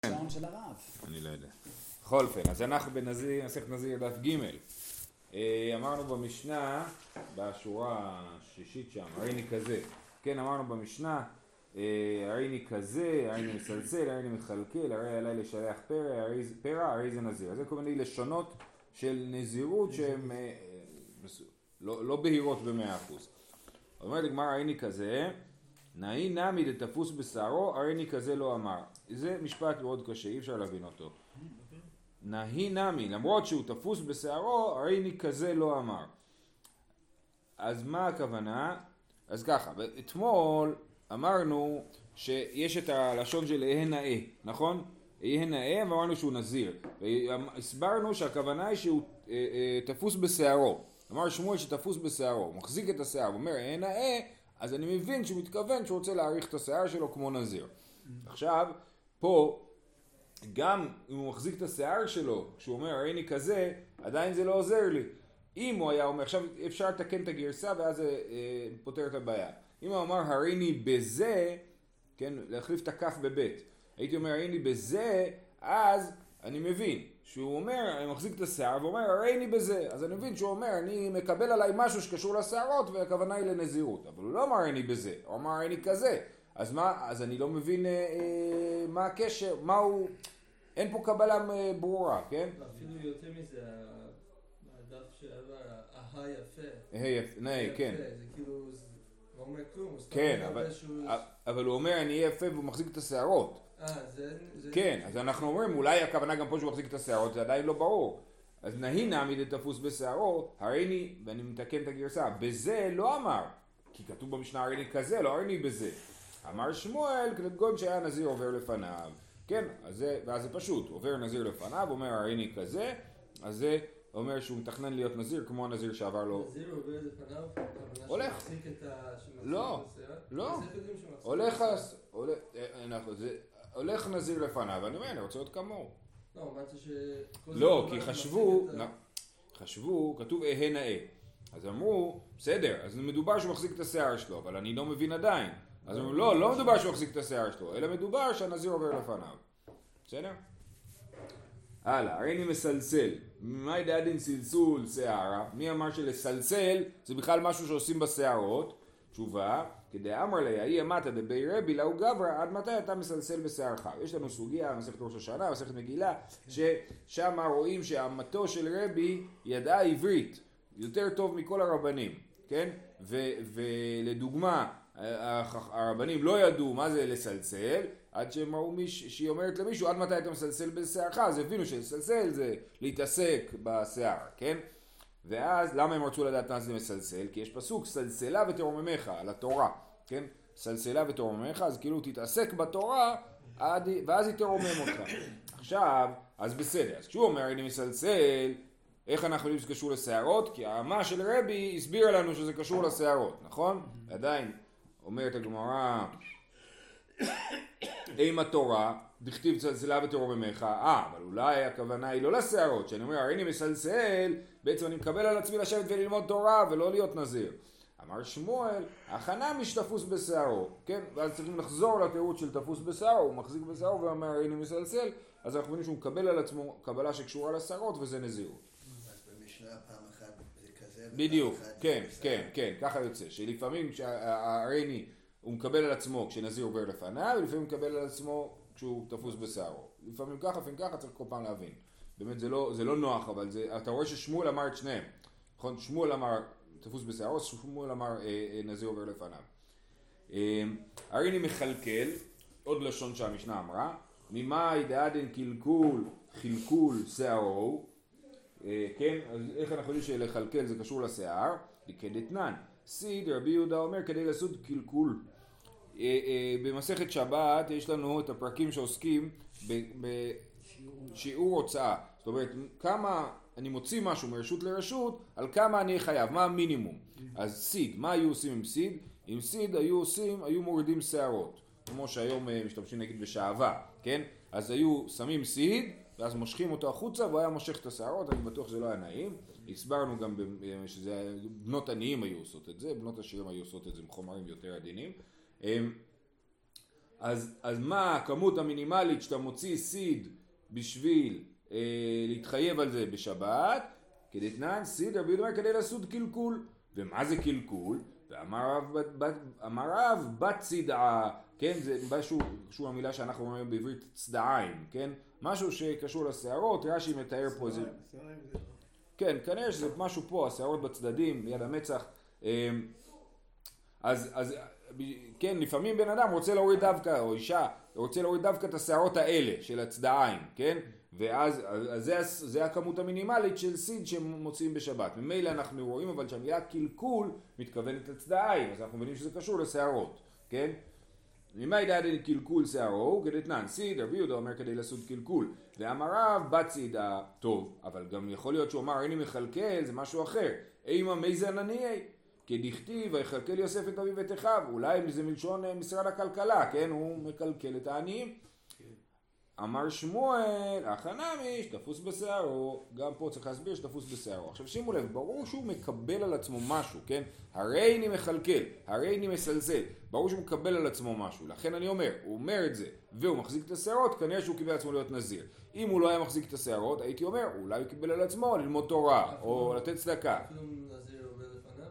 שעון של הרב. אני לא יודע. בכל אופן, אז אנחנו בנזיר, מסכת נזיר דף ג'. אמרנו במשנה, בשורה השישית שם, הריני כזה. כן, אמרנו במשנה, הריני כזה, הריני מסלסל, הריני מחלקל, הרי עלי לשלח פרע, הרי זה נזיר. אז זה כל מיני לשונות של נזירות שהן לא בהירות ב100%. אומרת לגמר הריני כזה, נהי נמי דתפוס בשערו, הריני כזה לא אמר. זה משפט מאוד קשה, אי אפשר להבין אותו. נהי נמי, למרות שהוא תפוס בשערו, הריני כזה לא אמר. אז מה הכוונה? אז ככה, אתמול אמרנו שיש את הלשון של אהיה נאה, נכון? אהיה נאה, אמרנו שהוא נזיר. והסברנו שהכוונה היא שהוא תפוס בשערו. אמר שמואל שתפוס בשערו, הוא מחזיק את השיער, הוא אומר אהיה נאה, אז אני מבין שהוא מתכוון שהוא רוצה להאריך את השיער שלו כמו נזיר. עכשיו, פה, גם אם הוא מחזיק את השיער שלו, כשהוא אומר הריני כזה, עדיין זה לא עוזר לי. אם הוא היה אומר, עכשיו אפשר לתקן את הגרסה ואז זה פותר את הבעיה. אם הוא אמר הריני בזה, כן, להחליף את הכף בבית. הייתי אומר הריני בזה, אז אני מבין שהוא אומר, אני מחזיק את השיער ואומר הריני בזה. אז אני מבין שהוא אומר, אני מקבל עליי משהו שקשור לשערות והכוונה היא לנזירות. אבל הוא לא אמר הריני בזה, הוא אמר הריני כזה. אז מה, אז אני לא מבין מה הקשר, מה הוא, אין פה קבלה ברורה, כן? אפילו יותר מזה, הדף שעבר, יפה. כן. זה כאילו, לא אומר כלום. כן, אבל הוא אומר אני יפה והוא מחזיק את השערות. כן, אז אנחנו אומרים, אולי הכוונה גם פה שהוא מחזיק את השערות, זה עדיין לא ברור. אז נהי נמי דתפוס בשערו, הריני, ואני מתקן את הגרסה, בזה לא אמר, כי כתוב במשנה הריני כזה, לא הריני בזה. אמר שמואל, כגון שהיה נזיר עובר לפניו. כן, ואז זה פשוט, עובר נזיר לפניו, אומר הריני כזה, אז זה אומר שהוא מתכנן להיות נזיר כמו הנזיר שעבר לו. נזיר עובר לפניו, הולך. שמחזיק את לא, לא. הולך נזיר לפניו, ואני אומר, אני רוצה להיות כמוהו. לא, אמרתי ש... לא, כי חשבו, כתוב אהיה נאה. אז אמרו, בסדר, אז מדובר שהוא מחזיק את השיער שלו, אבל אני לא מבין עדיין. אז אמרו, לא מדובר שהוא מחזיק את השיער שלו, אלא מדובר שהנזיר עובר לפניו. בסדר? הלאה, הריני מסלסל. ממאי דאדין סלסול שערה? מי אמר שלסלסל זה בכלל משהו שעושים בשערות? תשובה, כדי אמר לי, אי אמתה דבי רבי לאו גברא, עד מתי אתה מסלסל בשערך? יש לנו סוגיה, מסכת ראש השנה, מסכת מגילה, ששם רואים שהאמתו של רבי ידעה עברית, יותר טוב מכל הרבנים, כן? ולדוגמה, הרבנים לא ידעו מה זה לסלסל, עד שהם ראו שהיא אומרת למישהו, עד מתי אתה מסלסל בשערך? אז הבינו שלסלסל זה להתעסק בשיער, כן? ואז למה הם רצו לדעת מה זה מסלסל? כי יש פסוק, סלסלה ותרוממך, על התורה, כן? סלסלה ותרוממך, אז כאילו תתעסק בתורה, ואז היא תרומם אותך. עכשיו, אז בסדר, אז כשהוא אומר, אני מסלסל, איך אנחנו יודעים שזה קשור לשערות? כי האמה של רבי הסבירה לנו שזה קשור לשערות, נכון? עדיין, אומרת הגמרא, עם התורה, דכתיב סלסלה ותרוממך, אבל אולי הכוונה היא לא לשערות, שאני אומר, הריני מסלסל, בעצם אני מקבל על עצמי לשבת וללמוד תורה ולא להיות נזיר. אמר שמואל, הכנה משתפוס בשערו, כן? ואז צריכים לחזור לתירוץ של תפוס בשערו, הוא מחזיק בשערו ואומר, הריני מסלסל, אז אנחנו מבינים שהוא מקבל על עצמו קבלה שקשורה לשערות וזה נזירות. אז במשנה פעם אחת זה כזה, בדיוק, כן, ככה יוצא, שלפעמים כשהריני הוא מקבל על עצמו כשנזיר עובר לפניו, ולפעמים הוא מקבל על עצמו כשהוא תפוס בשערו. לפעמים ככה, צריך כל פעם להבין. באמת זה לא נוח, אבל אתה רואה ששמואל אמר את שניהם. נכון? שמואל אמר תפוס בשערו, שמואל אמר נזיר עובר לפניו. הריני מחלקל, עוד לשון שהמשנה אמרה, ממאי דאדין חלקול שערו, כן? אז איך אנחנו יודעים שלחלקל זה קשור לשיער? כדתנן. סיד רבי יהודה אומר כדי לעשות קלקול. במסכת שבת יש לנו את הפרקים שעוסקים בשיעור הוצאה. זאת אומרת, כמה אני מוציא משהו מרשות לרשות, על כמה אני חייב, מה המינימום. אז סיד, מה היו עושים עם סיד? עם סיד היו מורידים שערות. כמו שהיום משתמשים נגיד בשעבה, כן? אז היו שמים סיד, ואז מושכים אותו החוצה, והוא היה מושך את השערות, אני בטוח שזה לא היה נעים. הסברנו גם שזה בנות עניים היו עושות את זה, בנות עשירים היו עושות את זה עם חומרים יותר עדינים. אז מה הכמות המינימלית שאתה מוציא סיד בשביל להתחייב על זה בשבת? כדתנן סיד רבי יהודה אומר כדי לעשות קלקול. ומה זה קלקול? ואמר רב בת צדעה, כן, זה משהו קשור למילה שאנחנו אומרים בעברית צדעיים, כן, משהו שקשור לשערות. רש"י מתאר פה איזה, כן, כנראה שזה משהו פה, השערות בצדדים, ליד המצח. אז כן, לפעמים בן אדם רוצה להוריד דווקא, או אישה רוצה להוריד דווקא את השערות האלה של הצדעיים, כן, ואז זה הכמות המינימלית של סיד שמוצאים בשבת. ממילא אנחנו רואים אבל שהמילה קלקול מתכוונת לצדעיים, אז אנחנו מבינים שזה קשור לשערות, כן? ממאי דעדן קלקול שערו, כדתנן סיד, רבי יהודה אומר כדי לעשות קלקול. ואמר רב בת צידה, טוב, אבל גם יכול להיות שהוא אמר איני מחלקל, זה משהו אחר. אימה מייזן עניי, כדכתיב ויכלכל יוסף את אביו ואת אחיו, אולי זה מלשון משרד הכלכלה, כן? הוא מקלקל את העניים. אמר שמואל, החנמי, שתפוס בשערו, גם פה צריך להסביר שתפוס בשערו. עכשיו שימו לב, ברור שהוא מקבל על עצמו משהו, כן? הרי אני מחלקל, הרי אני מסלסל, ברור שהוא מקבל על עצמו משהו, לכן אני אומר, הוא אומר את זה, והוא מחזיק את השערות, כנראה שהוא קיבל על עצמו להיות נזיר. אם הוא לא היה מחזיק את השערות, הייתי אומר, אולי הוא קיבל על עצמו ללמוד תורה, או לתת צדקה. אפילו נזיר עובר לפניו?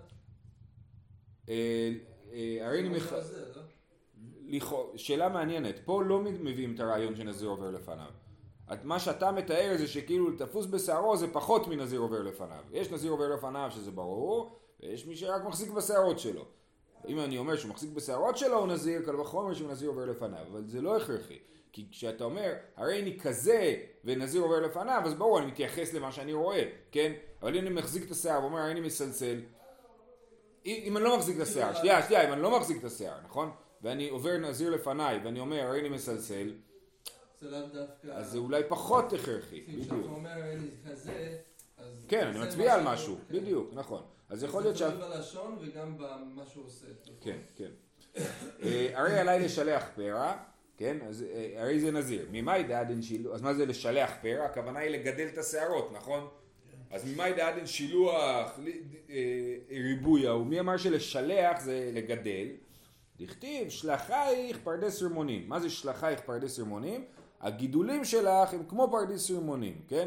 הרי אני מחלקל... שאלה מעניינת, פה לא מביאים את הרעיון שנזיר עובר לפניו. מה שאתה מתאר זה שכאילו תפוס בשערו זה פחות מנזיר עובר לפניו. יש נזיר עובר לפניו שזה ברור, ויש מי שרק מחזיק בשערות שלו. אם אני אומר שהוא מחזיק בשערות שלו הוא נזיר, קל וחומר שנזיר עובר לפניו, אבל זה לא הכרחי. כי כשאתה אומר, הרי אני כזה ונזיר עובר לפניו, אז ברור, אני מתייחס למה שאני רואה, כן? אבל אם אני מחזיק את השער ואומר, הרי אני מסלסל, אם אני לא מחזיק את השער, שנייה, אם אני לא מחזיק את השער, נכון? ואני עובר נזיר לפניי, ואני אומר, הרי אני מסלסל, זה לאו דווקא... אז זה אולי פחות הכרחי, כי בדיוק. כשאתה אומר, אני כזה, אז... כן, אני מצביע על משהו, בדיוק, נכון. אז יכול להיות זה תלוי בלשון וגם במה שהוא עושה. כן, כן. הרי עליי לשלח פרע, כן, אז הרי זה נזיר. ממאי דעדן שילוח, אז מה זה לשלח פרע? הכוונה היא לגדל את השערות, נכון? אז ממאי דעדן שילוח, ריבויה, ומי אמר שלשלח זה לגדל? דכתיב שלחייך פרדס רימונים. מה זה שלחייך פרדס רימונים? הגידולים שלך הם כמו פרדס רימונים, כן?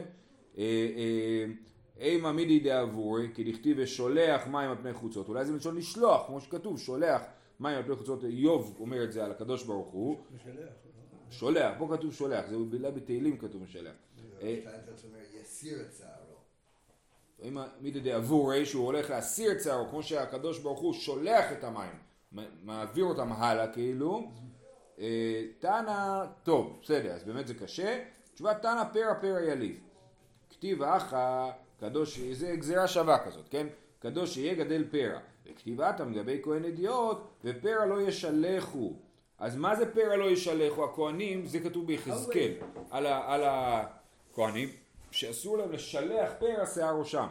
אימה מידי דעבורי, כי דכתיב ושולח מים על פני חוצות. אולי זה מלשון לשלוח, כמו שכתוב, שולח מים על פני חוצות. איוב אומר את זה על הקדוש ברוך הוא. שולח, פה כתוב שולח, זה בילה בתהילים כתוב משלח. יסיר את שערו. אימה מידי דעבורי, שהוא הולך להסיר את שערו, כמו שהקדוש ברוך הוא שולח את המים. מעביר אותם הלאה כאילו. תנא, טוב, בסדר, אז באמת זה קשה. תשובה תנא פרע פרע יליף. כתיב אחא, קדוש, זה גזירה שווה כזאת, כן? קדוש יהיה גדל פרע. וכתיב אתם לגבי כהן אדיוט, ופרע לא ישלחו. אז מה זה פרע לא ישלחו? הכהנים, זה כתוב ביחזקאל, על הכהנים, שאסור להם לשלח פרע שיער ראשם.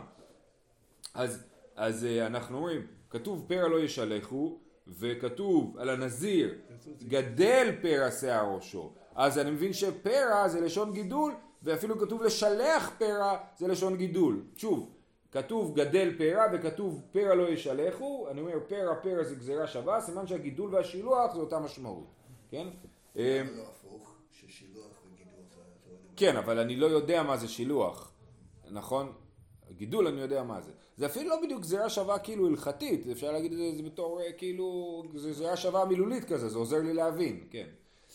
אז אנחנו אומרים, כתוב פרע לא ישלחו, וכתוב על הנזיר גדל פרע שיער ראשו. אז אני מבין שפרע זה לשון גידול, ואפילו כתוב לשלח פרע זה לשון גידול. שוב, כתוב גדל פרע וכתוב פרע לא ישלחו. אני אומר פרע זה גזירה שווה, סימן שהגידול והשילוח זה אותה משמעות, כן? לא הפוך, ששילוח וגידול זה אותו דבר. כן, אבל אני לא יודע מה זה שילוח, נכון? גידול אני יודע מה זה. זה אפילו לא בדיוק גזירה שווה כאילו הלכתית, אפשר להגיד את זה בתור כאילו, זה גזירה שווה מילולית כזה, זה עוזר לי להבין, כן.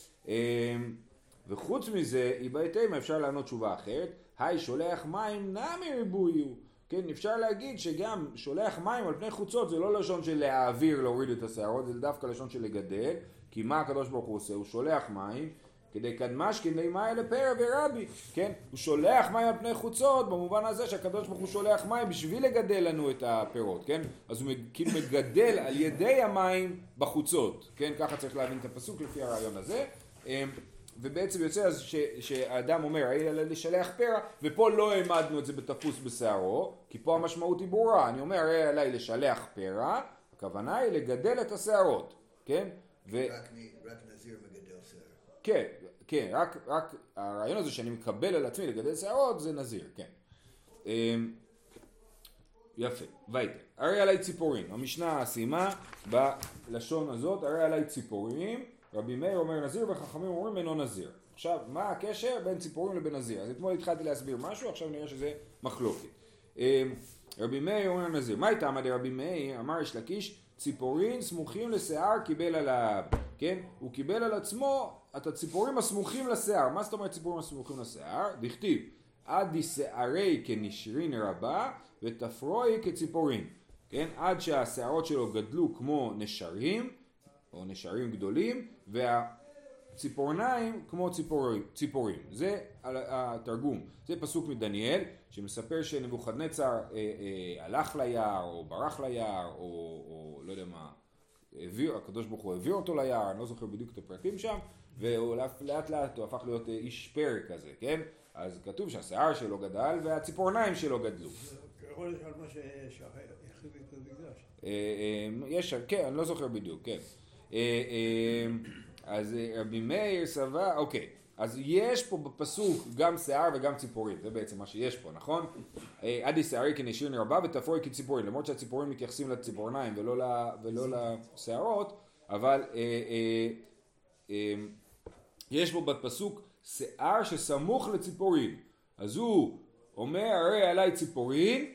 וחוץ מזה, איבאיתימה אפשר לענות תשובה אחרת, היי שולח מים נמי ריבויו, כן, אפשר להגיד שגם שולח מים על פני חוצות זה לא לשון של להעביר, להוריד את השערות, זה דווקא לשון של לגדל, כי מה הקדוש ברוך הוא עושה? הוא שולח מים, כדי קדמש כדי מים לפרע ורבי, כן? הוא שולח מים על פני חוצות, במובן הזה שהקדוש ברוך הוא שולח מים בשביל לגדל לנו את הפירות, כן? אז הוא כאילו מגדל על ידי המים בחוצות, כן? ככה צריך להבין את הפסוק לפי הרעיון הזה. ובעצם יוצא אז שהאדם אומר, היה לשלח פרע, ופה לא העמדנו את זה בתפוס בשערו, כי פה המשמעות היא ברורה. אני אומר, היה עליי לשלח פרע, הכוונה היא לגדל את השערות, כן? רק נזיר מגדל שער. כן, כן, רק הרעיון הזה שאני מקבל על עצמי לגדל שערות זה נזיר, כן. יפה, וייטה. הרי עליי ציפורים. המשנה סיימה בלשון הזאת, הרי עליי ציפורים. רבי מאיר אומר נזיר וחכמים אומרים אינו נזיר. עכשיו, מה הקשר בין ציפורים לבין נזיר? אז אתמול התחלתי להסביר משהו, עכשיו נראה שזה מחלוקת. רבי מאיר אומר נזיר. מה איתה עמד רבי מאיר? אמר יש לקיש, ציפורין סמוכים לשיער קיבל עליו. כן? הוא קיבל על עצמו את הציפורים הסמוכים לשיער. מה זאת אומרת ציפורים הסמוכים לשיער? דכתיב, עד דשערי כנשרין רבה ותפרוי כציפורין. כן? עד שהשיערות שלו גדלו כמו נשרים, או נשרים גדולים, והציפורניים כמו ציפורים. זה התרגום. זה פסוק מדניאל, שמספר שנבוכדנצר הלך ליער, או ברח ליער, או לא יודע מה, הקדוש ברוך הוא העביר אותו ליער, אני לא זוכר בדיוק את הפרטים שם, ולאט לאט הוא הפך להיות איש פרק כזה, כן? אז כתוב שהשיער שלו גדל, והציפורניים שלו גדלו. יכול להיות על מה שהחריב את המקדש. יש, כן, אני לא זוכר בדיוק, כן. אז רבי מאיר סבר, אוקיי, אז יש פה בפסוק גם שיער וגם ציפורים, זה בעצם מה שיש פה, נכון? עדי שערי כנשרין רבה ותפרוי כציפורים, למרות שהציפורים מתייחסים לציפורניים ולא לשערות, אבל יש פה בפסוק שיער שסמוך לציפורים, אז הוא אומר הרי עליי ציפורים,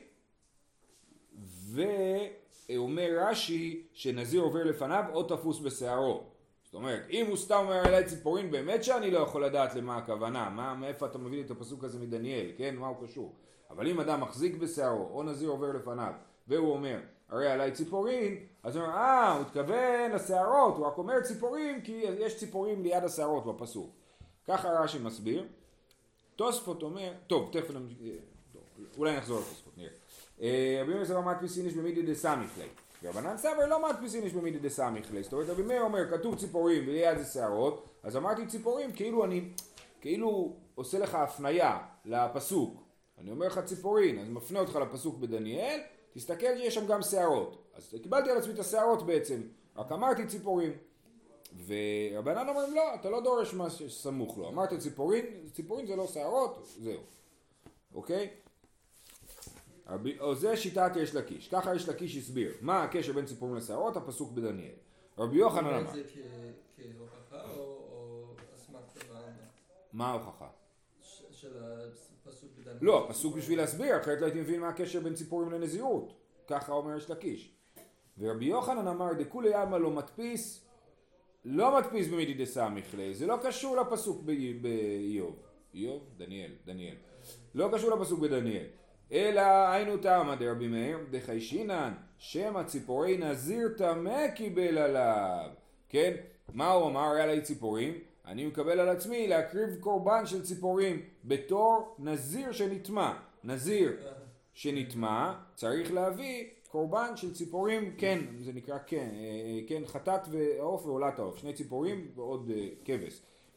ואומר רש"י שנזיר עובר לפניו או תפוס בשערו. זאת אומרת, אם הוא סתם אומר עליי ציפורין, באמת שאני לא יכול לדעת למה הכוונה, מאיפה אתה מביא את הפסוק הזה מדניאל, כן? מה הוא קשור? אבל אם אדם מחזיק בשערו, או נזיר עובר לפניו, והוא אומר, הרי עליי ציפורין, אז הוא אומר, הוא התכוון לשערות, הוא רק אומר ציפורים, כי יש ציפורים ליד השערות בפסוק. ככה רש"י מסביר. תוספות אומר, טוב, תכף אולי נחזור לתוספות, נראה. רבי מאיר סבר מדפיסין איש במידי דסמיך ליה. רבנן סבר לא מדפיסין איש במידי דסמיך ליה. זאת אומרת, רבי מאיר אומר, כתוב ציפורים וליד זה שערות, אז אמרתי ציפורים כאילו עושה לך הפניה לפסוק. אני אומר לך ציפורין, אז מפנה אותך לפסוק בדניאל, תסתכל שיש שם גם שערות. אז קיבלתי על עצמי את השערות בעצם, רק אמרתי ציפורים. ורבנן אומרים לא, אתה לא דורש מה שסמוך לו. אמרת ציפורין זה לא שערות, זהו. אוקיי? או זה שיטת יש לקיש. ככה יש לקיש הסביר. מה הקשר בין ציפורים לשערות? הפסוק בדניאל. רבי יוחנן אמר. זה כהוכחה או אסמכתה? מה ההוכחה? של הפסוק בדניאל. לא, הפסוק בשביל להסביר, אחרת לא הייתי מבין מה הקשר בין ציפורים לנזירות. ככה אומר יש לקיש. ורבי יוחנן אמר, דכולי עלמא לא מדפיס במידי דסמיך ליה. זה לא קשור לפסוק באיוב. דניאל. לא קשור לפסוק בדניאל. אלא היינו טעמא דרבי מאיר דחיישינן שמא ציפורי נזיר טמא קיבל עליו. כן? מה הוא אמר? הרי עליי ציפורים, אני מקבל על עצמי להקריב קורבן של ציפורים בתור נזיר שנטמא. נזיר שנטמא צריך להביא קורבן של ציפורים, כן, זה נקרא כן, חטאת ועוף ועולת העוף, שני ציפורים ועוד כבש.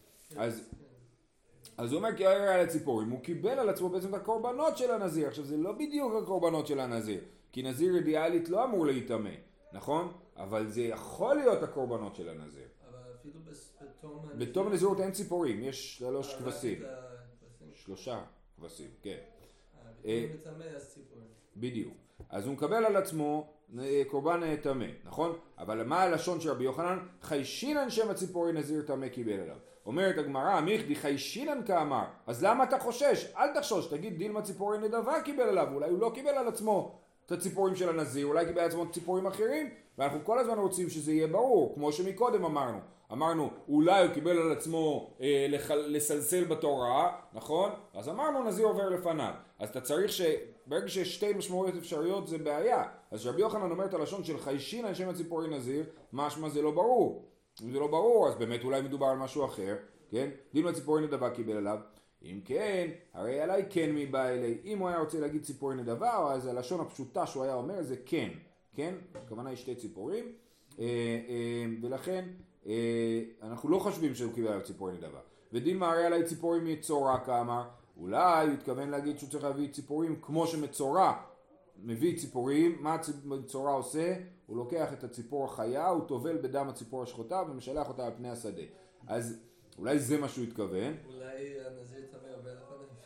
אז הוא אומר כי הרי על הציפורים, הוא קיבל על עצמו בעצם את הקורבנות של הנזיר. עכשיו זה לא בדיוק הקורבנות של הנזיר, כי נזיר אידיאלית לא אמור להיטמא, נכון? אבל זה יכול להיות הקורבנות של הנזיר. אבל אפילו בתום נזירות אין ציפורים, יש 3 כבשים. 3 כבשים, כן. מטמא אז ציפורים. בדיוק. אז הוא מקבל על עצמו קורבן טמא, נכון? אבל מה הלשון של רבי יוחנן? חיישינן שם הציפורי נזיר טמא קיבל עליו. אומרת הגמרא, מיכדי חיישינן כאמר, אז למה אתה חושש? אל תחשוש, תגיד דילמה ציפורי נדבה קיבל עליו, אולי הוא לא קיבל על עצמו את הציפורים של הנזיר, אולי קיבל על עצמו ציפורים אחרים, ואנחנו כל הזמן רוצים שזה יהיה ברור, כמו שמקודם אמרנו, אולי הוא קיבל על עצמו לסלסל בתורה, נכון? אז אמרנו נזיר עובר לפניו, אז אתה צריך ברגע שיש 2 משמעויות אפשריות זה בעיה, אז רבי יוחנן אומר את הלשון של חיישינן שם הציפורי נזיר, משמע זה לא ברור. אם זה לא ברור, אז באמת אולי מדובר על משהו אחר, כן? דילמה ציפורי נדבה קיבל עליו. אם כן, הרי עליי כן מבא אלי. אם הוא היה רוצה להגיד ציפורי נדבה, אז הלשון הפשוטה שהוא היה אומר זה כן. כן? הכוונה היא 2 ציפורים. ולכן אנחנו לא חושבים שהוא קיבל עליו ציפורי נדבה. ודילמה הרי עליי ציפורי מצורע כאמר. אולי הוא התכוון להגיד שהוא צריך להביא ציפורים כמו שמצורע מביא ציפורים. מה מצורע עושה? הוא לוקח את הציפור החיה, הוא טובל בדם הציפור השחוטה ומשלח אותה על פני השדה. אז אולי זה מה שהוא התכוון. אולי הנזיר טמא עובר לפניו.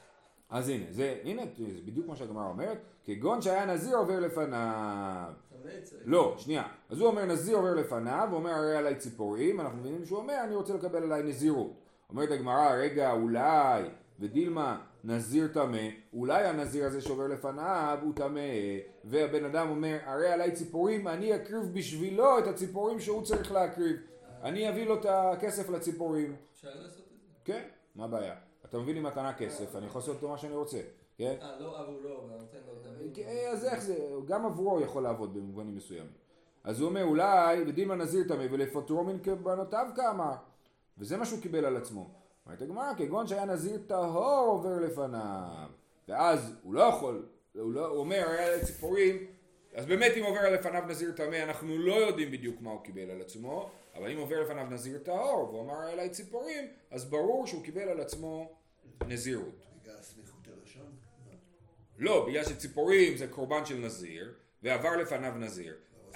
אז הנה, זה בדיוק מה שהגמרא אומרת, כגון שהיה נזיר עובר לפניו. לא, שנייה. אז הוא אומר נזיר עובר לפניו, הוא אומר הרי עליי ציפורים, אנחנו מבינים שהוא אומר אני רוצה לקבל עליי נזירות. אומרת הגמרא, רגע, אולי, ודילמה נזיר טמא, אולי הנזיר הזה שעובר לפניו הוא טמא, והבן אדם אומר הרי עליי ציפורים, אני אקריב בשבילו את הציפורים שהוא צריך להקריב, אני אביא לו את הכסף לציפורים. אפשר לעשות את זה? כן, מה הבעיה? אתה מביא לי מתנה כסף, אני יכול לעשות אותו מה שאני רוצה, כן? לא עבורו, אבל נותן לו תמיד. אז איך זה, גם עבורו יכול לעבוד במובנים מסוימים. אז הוא אומר אולי, ודילמה נזיר טמא ולפטרו מן כבנותיו כאמר, וזה מה שהוא קיבל על עצמו. אומרת הגמרא, כגון שהיה נזיר טהור עובר לפניו, ואז הוא לא יכול, הוא אומר היה ציפורים, אז באמת אם עובר לפניו נזיר טמא, אנחנו לא יודעים בדיוק מה הוא קיבל על עצמו, אבל אם עובר לפניו נזיר טהור, והוא אמר אליי ציפורים, אז ברור שהוא קיבל על עצמו נזירות. בגלל סמיכות הלשון? לא, בגלל שציפורים זה קורבן של נזיר, ועבר לפניו נזיר.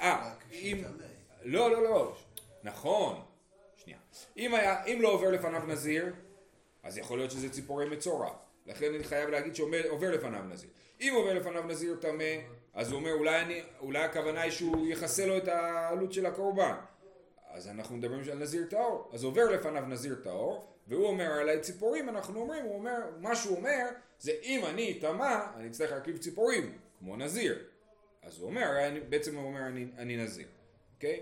לא, נכון. שנייה. אם לא עובר לפניו נזיר, אז יכול להיות שזה ציפורי מצורע. לכן אני חייב להגיד שעובר לפניו נזיר. אם עובר לפניו נזיר טמא, אז הוא אומר אולי הכוונה היא שהוא יחסה לו את העלות של הקורבן. אז אנחנו מדברים על נזיר טהור. אז עובר לפניו נזיר טהור, והוא אומר עליי ציפורים, אנחנו אומרים, מה שהוא אומר, זה אם אני טמא, אני צריך להרכיב ציפורים, כמו נזיר. אז הוא אומר, בעצם הוא אומר אני נזיר. אוקיי?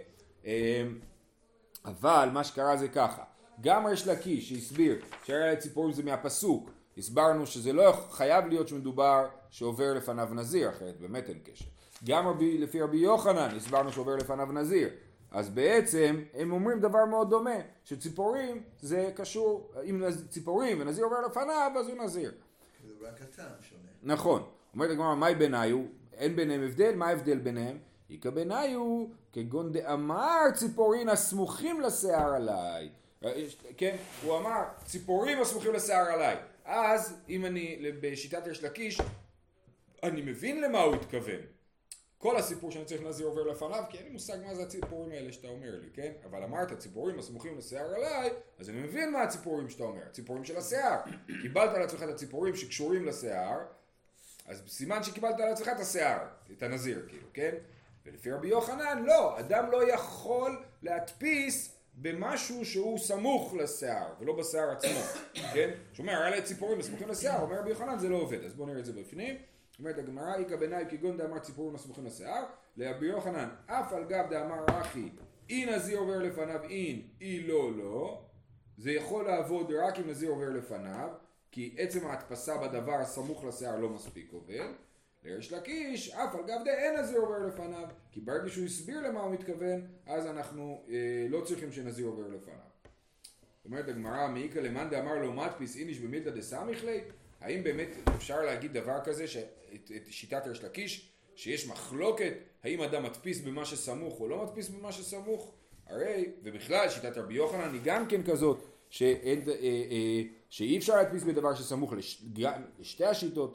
אבל מה שקרה זה ככה, גם ריש לקיש שהסביר שהרי עליי ציפורים זה מהפסוק, הסברנו שזה לא חייב להיות שמדובר שעובר לפניו נזיר, אחרת באמת אין קשר. גם לפי רבי יוחנן הסברנו שעובר לפניו נזיר, אז בעצם הם אומרים דבר מאוד דומה, שציפורים זה קשור, אם ציפורים ונזיר עובר לפניו אז הוא נזיר. זה רק הטעם שונה. נכון, אומרת הגמרא, מהי ביניו? אין ביניהם הבדל, מה ההבדל ביניהם? איכא ביניו כגון דאמר ציפורין הסמוכים לשיער עליי. כן, הוא אמר ציפורים הסמוכים לשיער עליי. אז אם אני בשיטת ריש לקיש, אני מבין למה הוא התכוון. כל הסיפור שאני צריך נזיר עובר לפניו, כי אין לי מושג מה זה הציפורים האלה שאתה אומר לי, כן? אבל אמרת ציפורים הסמוכים לשיער עליי, אז אני מבין מה הציפורים שאתה אומר, הציפורים של השיער. קיבלת על עצמך את הציפורים שקשורים לשיער, אז סימן שקיבלת על עצמך את השיער, את הנזיר, כאילו, כן? ולפי רבי יוחנן, לא, אדם לא יכול להדפיס במשהו שהוא סמוך לשיער, ולא בשיער עצמו, כן? שאומר, היה לי ציפורים הסמוכים לשיער, אומר רבי יוחנן, זה לא עובד, אז בואו נראה את זה בפנים. אומרת הגמרא, איכא ביניו כגון דאמר ציפורים הסמוכים לשיער, לרבי יוחנן, אף על גב דאמר אחי, אי נזיר עובר לפניו אין, אי לא, זה יכול לעבוד רק אם נזיר עובר לפניו, כי עצם ההדפסה בדבר הסמוך לשיער לא מספיק עובד. לריש לקיש, אף על גב אין נזיר עובר לפניו, כי ברגע שהוא הסביר למה הוא מתכוון, אז אנחנו לא צריכים שנזיר עובר לפניו. זאת אומרת הגמרא, מאיכא למאן דאמר לו מדפיס איניש במילתא דסמיך ליה, האם באמת אפשר להגיד דבר כזה, את שיטת ריש לקיש, שיש מחלוקת, האם אדם מדפיס במה שסמוך או לא מדפיס במה שסמוך? הרי, ובכלל שיטת רבי יוחנן היא גם כן כזאת, שאי אפשר להדפיס בדבר שסמוך לשתי השיטות.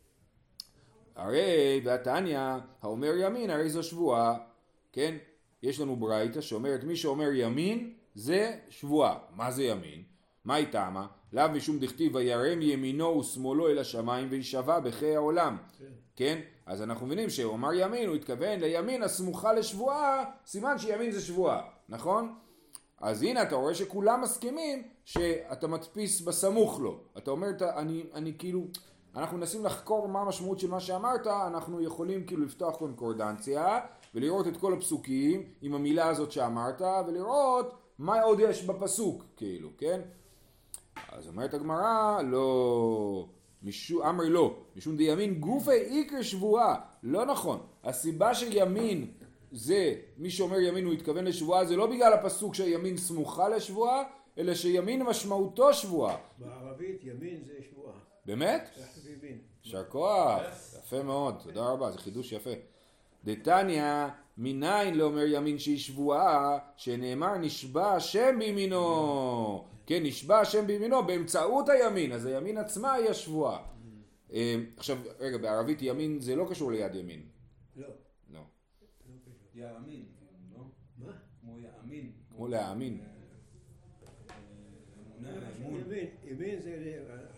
הרי והתניא האומר ימין הרי זו שבועה, כן? יש לנו ברייתא שאומרת מי שאומר ימין זה שבועה. מה זה ימין? מה היא טעמה? לאו משום דכתיב וירם ימינו ושמאלו אל השמיים וישבע בחיי העולם, כן? אז אנחנו מבינים שהוא אמר ימין, הוא התכוון לימין הסמוכה לשבועה, סימן שימין זה שבועה, נכון? אז הנה אתה רואה שכולם מסכימים שאתה מדפיס בסמוך לו. אתה אומר, אני כאילו, אנחנו מנסים לחקור מה המשמעות של מה שאמרת, אנחנו יכולים כאילו לפתוח קונקורדנציה ולראות את כל הפסוקים עם המילה הזאת שאמרת ולראות מה עוד יש בפסוק, כאילו, כן? אז אומרת הגמרא, לא, אמרי לא, משום דימין גופי איקר שבועה, לא נכון. הסיבה של ימין זה, מי שאומר ימין הוא התכוון לשבועה, זה לא בגלל הפסוק שימין סמוכה לשבועה, אלא שימין משמעותו שבועה. בערבית ימין זה שבועה. באמת? יישר כוח, יפה מאוד, תודה רבה, זה חידוש יפה. דתניא, מניין לא אומר ימין שהיא שבועה, שנאמר נשבע השם בימינו. כן, נשבע השם בימינו באמצעות הימין, אז הימין עצמה היא השבועה. עכשיו, רגע, בערבית ימין זה לא קשור ליד ימין. לא. לא. יאמין, לא? מה? כמו יאמין. כמו להאמין. ימין זה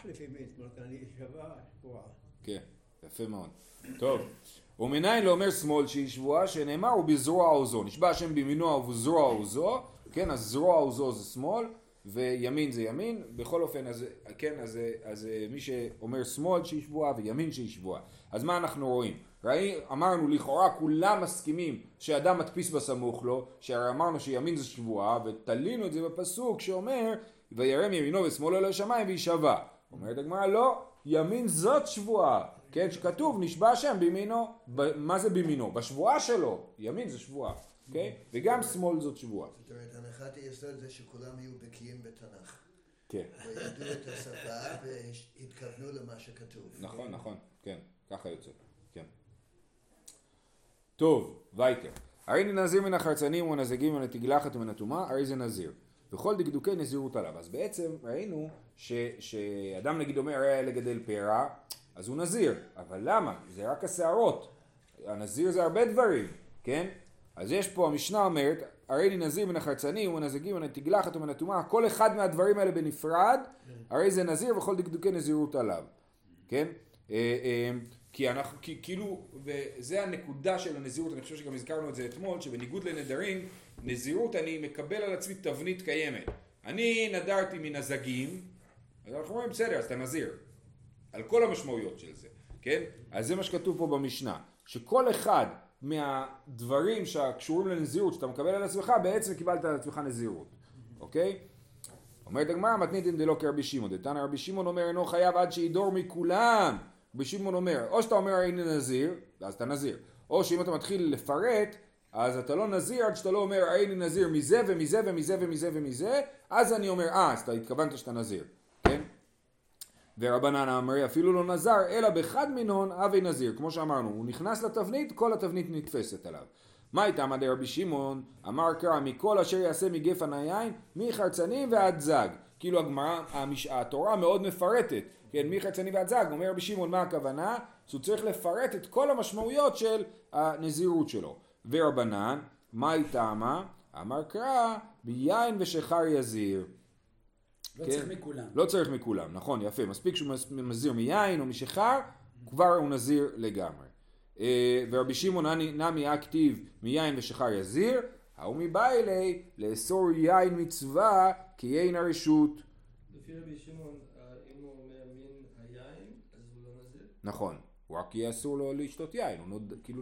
לפי מי, זאת אומרת, אני שווה שבועה. כן, יפה מאוד. טוב, ומניין לא אומר שמאל שהיא שבועה שנאמר הוא בזרוע עוזו, נשבע השם בימינו ובזרוע עוזו, כן, אז זרוע עוזו זה שמאל וימין זה ימין, בכל אופן, אז, כן, אז מי שאומר שמאל שהיא שבועה וימין שהיא שבועה. אז מה אנחנו רואים? אמרנו לכאורה כולם מסכימים שאדם מדפיס בסמוך לו, שאמרנו שימין זה שבועה, ותלינו את זה בפסוק שאומר וירם ימינו ושמאלו אל השמיים וישבע. אומרת הגמרא לא, ימין זאת שבועה, כן, שכתוב נשבע השם בימינו, מה זה בימינו? בשבועה שלו, ימין זה שבועה, אוקיי? וגם שמאל זאת שבועה. זאת אומרת, הנחת היסוד זה שכולם יהיו בקיאים בתנ"ך. כן. וידעו את השפה והתכוונו למה שכתוב. נכון, נכון, כן, ככה יוצא, כן. טוב, וייטר. הרי נזיר מן החרצנים ונזגים מן התגלחת ומן הטומאה, הרי זה נזיר. וכל דקדוקי נזירות עליו. אז בעצם ראינו שאדם נגיד אומר הרי לגדל פרע, אז הוא נזיר. אבל למה? זה רק השערות. הנזיר זה הרבה דברים, כן? אז יש פה המשנה אומרת, הרי לי נזיר מן החרצנים ונזגים מן התגלחת ומן הטומאה, כל אחד מהדברים האלה בנפרד, הרי זה נזיר וכל דקדוקי נזירות עליו. כן? כי אנחנו, כאילו, וזה הנקודה של הנזירות, אני חושב שגם הזכרנו את זה אתמול, שבניגוד לנדרים, נזירות אני מקבל על עצמי תבנית קיימת. אני נדרתי מנזגים, אז אנחנו אומרים בסדר, אז אתה נזיר. על כל המשמעויות של זה, כן? אז זה מה שכתוב פה במשנה, שכל אחד מהדברים שקשורים לנזירות שאתה מקבל על עצמך, בעצם קיבלת על עצמך נזירות, אוקיי? אומרת הגמרא, מתניתין דלא כרבי שמעון, דתנא רבי שמעון אומר אינו חייב עד שידור מכולם. רבי שמעון אומר, או שאתה אומר הנה נזיר, אז אתה נזיר, או שאם אתה מתחיל לפרט, אז אתה לא נזיר עד שאתה לא אומר הנה נזיר מזה ומזה ומזה ומזה ומזה, אז אני אומר, אז אתה התכוונת שאתה נזיר, כן? ורבנן אמר אפילו לא נזר, אלא בחד מינון אבי נזיר, כמו שאמרנו, הוא נכנס לתבנית, כל התבנית נתפסת עליו. מה איתה מדי רבי שמעון? אמר קרא מכל אשר יעשה מגפן היין, מחרצנים ועד זג. כאילו הגמרא, התורה מאוד מפרטת, כן, מחרצנים ועד זג. אומר רבי שמעון מה הכוונה? שהוא צריך לפרט את כל המשמעויות של הנזירות שלו. ורבנן, מה איתה מה? אמר קרא ביין ושחר יזיר. לא כן? צריך מכולם. לא צריך מכולם, נכון, יפה. מספיק שהוא מזיר מיין או משחר, כבר הוא נזיר לגמרי. ורבי שמעון נמי הכתיב מיין ושחר יזיר, ההוא מבא אלי לאסור יין מצווה כי יין הרשות. לפי רבי שמעון, אם הוא אומר מין היין, אז הוא לא נזיר? נכון, הוא רק יהיה אסור לו לשתות יין, הוא כאילו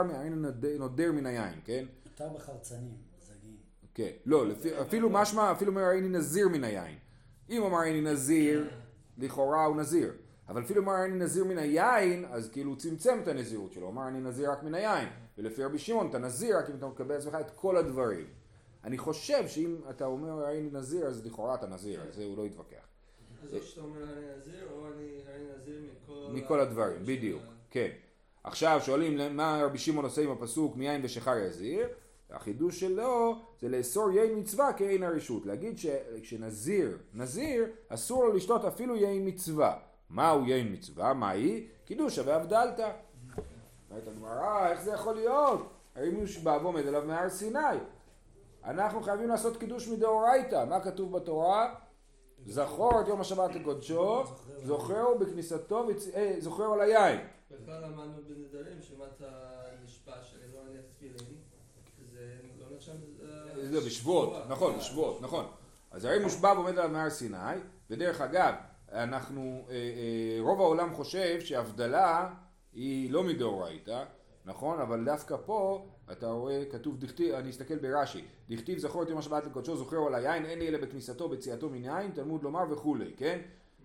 נודר מן היין, כן? יותר בחרצנים, זגים. כן, לא, אפילו משמע, אפילו אומר הריני נזיר מן היין. אם אמר הריני נזיר, לכאורה הוא נזיר. אבל אפילו אמר אני נזיר מן היין, אז כאילו הוא צמצם את הנזירות שלו, אמר אני נזיר רק מן היין, ולפי רבי שמעון אתה נזיר רק אם אתה מקבל עצמך את כל הדברים. אני חושב שאם אתה אומר אני נזיר, אז לכאורה אתה נזיר, אז זה הוא לא יתווכח. אז או שאתה אומר אני נזיר, או אני נזיר מכל הדברים, בדיוק, כן. עכשיו שואלים מה רבי שמעון עושה עם הפסוק מיין ושחר יזיר, החידוש שלו זה לאסור יין מצווה כיין הרשות, להגיד שכשנזיר, נזיר, אסור לו לשתות אפילו יין מצווה. מהו יין מצווה? מה היא? קידושה והבדלתא. אומרת הגמרא, איך זה יכול להיות? הרי מושבע ועומד עליו מהר סיני. אנחנו חייבים לעשות קידוש מדאורייתא. מה כתוב בתורה? זכור את יום השבת לקודשו, זוכרו בכניסתו, זוכרו על היין. בכלל למדנו בנדרים שמה אתה נשבע שאני לא אניח תפילין, זה לא נחשב... זה בשבועות, נכון, בשבועות, נכון. אז הרי מושבע ועומד עליו מהר סיני, ודרך אגב, אנחנו, רוב העולם חושב שהבדלה היא לא מדאורייתא, נכון? אבל דווקא פה אתה רואה כתוב דכתיב, אני אסתכל ברש"י, דכתיב זכור את יום השבת לקודשו זוכרו על היין, אין לי אלא בכניסתו ביציאתו מן יין, תלמוד לומר וכולי, כן?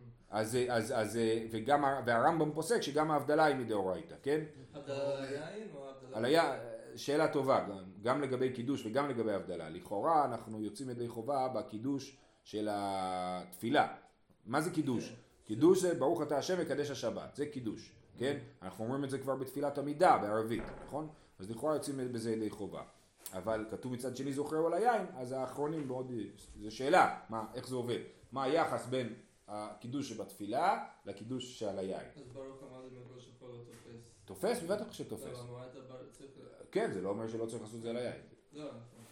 וגם, והרמב"ם פוסק שגם ההבדלה היא מדאורייתא, כן? הבדלה על היין או הבדלה? על היין, שאלה טובה, גם לגבי קידוש וגם לגבי הבדלה. לכאורה אנחנו יוצאים ידי חובה בקידוש של התפילה. מה זה קידוש? קידוש זה ברוך אתה השם מקדש השבת, זה קידוש, כן? אנחנו אומרים את זה כבר בתפילת עמידה בערבית, נכון? אז לכאורה יוצאים בזה ידי חובה. אבל כתוב מצד שני זוכרו על היין, אז האחרונים מאוד, זו שאלה, איך זה עובד? מה היחס בין הקידוש שבתפילה לקידוש שעל היין? אז ברוך אמר למקור שפה לא תופס. תופס? בטח שתופס. לא, אמרת צריך... כן, זה לא אומר שלא צריך לעשות את זה על היין. לא.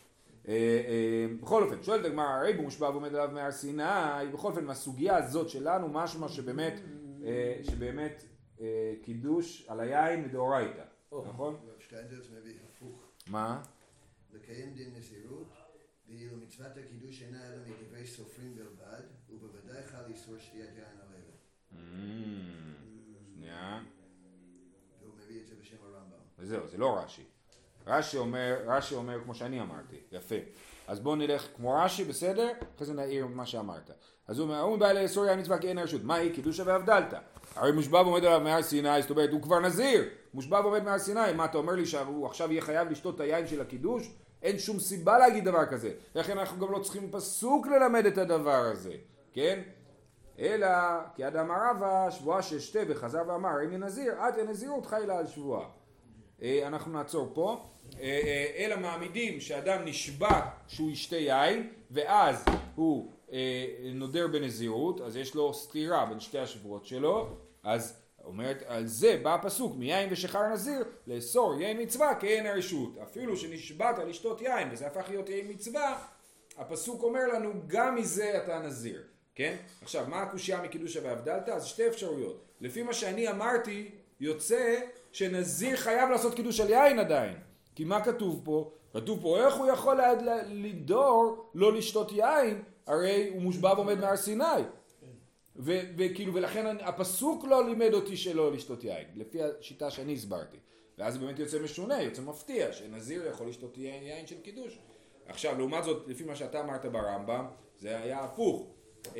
בכל אופן, שואלת הגמרא, הרי במושבע ועומד עליו מהר סיני, בכל אופן מהסוגיה הזאת שלנו משמע שבאמת קידוש על היין מדאורייתא, נכון? שטיינזרץ מביא הפוך. מה? לקיים דין נזירות, ואילו מצוות הקידוש אינה אלא מדברי סופרים בלבד, ובוודאי חל איסור שתיית יין על אלה. שנייה. והוא מביא את זה בשם הרמב"ם. וזהו, זה לא רש"י. רש"י אומר כמו שאני אמרתי, יפה. אז בואו נלך כמו רש"י, בסדר? אחרי זה נעיר מה שאמרת. אז הוא אומר, הוא מבא לאסור יין מצווה כי אין רשות. מה היא? קידושה והבדלתא. הרי מושבע ועומד עליו מהר סיני, זאת אומרת, הוא כבר נזיר. מושבע ועומד מהר סיני, מה אתה אומר לי שהוא עכשיו יהיה חייב לשתות את היין של הקידוש? אין שום סיבה להגיד דבר כזה. לכן אנחנו גם לא צריכים פסוק ללמד את הדבר הזה, כן? אלא, כי אדם הרבה, שבועה ששתה וחזר ואמר, אין נזיר, עד הנזירות חיילה על שבועה. אנחנו נעצור פה. אלא מעמידים שאדם נשבע שהוא ישתה יין, ואז הוא נודר בנזירות, אז יש לו סתירה בין שתי השבועות שלו, אז אומרת, על זה בא הפסוק, מיין ושחר נזיר, לאסור יין מצווה כאין הרשות. אפילו שנשבעת לשתות יין, וזה הפך להיות יין מצווה, הפסוק אומר לנו, גם מזה אתה נזיר. כן? עכשיו, מה הקושיה מקידושה והבדלתא? אז שתי אפשרויות. לפי מה שאני אמרתי, יוצא שנזיר חייב לעשות קידוש על יין עדיין. כי מה כתוב פה? כתוב פה, איך הוא יכול לדור לא לשתות יין? הרי הוא מושבע ועומד מהר סיני. וכאילו, ולכן הפסוק לא לימד אותי שלא לשתות יין, לפי השיטה שאני הסברתי. ואז זה באמת יוצא משונה, יוצא מפתיע, שנזיר יכול לשתות יין של קידוש. עכשיו, לעומת זאת, לפי מה שאתה אמרת ברמב"ם, זה היה הפוך.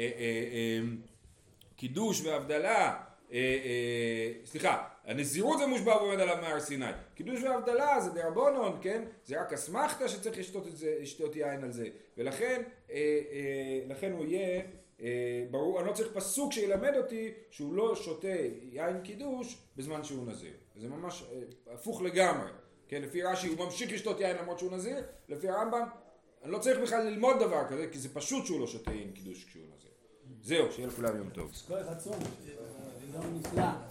קידוש והבדלה, סליחה, הנזירות זה מושבע ועומד עליו מהר סיני. קידוש והבדלה זה דרבנן, כן? זה רק אסמכתא שצריך לשתות יין על זה. ולכן הוא יהיה ברור, אני לא צריך פסוק שילמד אותי שהוא לא שותה יין קידוש בזמן שהוא נזיר. זה ממש הפוך לגמרי. כן? לפי רש"י הוא ממשיך לשתות יין למרות שהוא נזיר, לפי הרמב"ם אני לא צריך בכלל ללמוד דבר כזה, כי זה פשוט שהוא לא שותה יין קידוש כשהוא נזיר. זהו, שיהיה לכולם יום טוב. כל אחד צום. יום נפלא.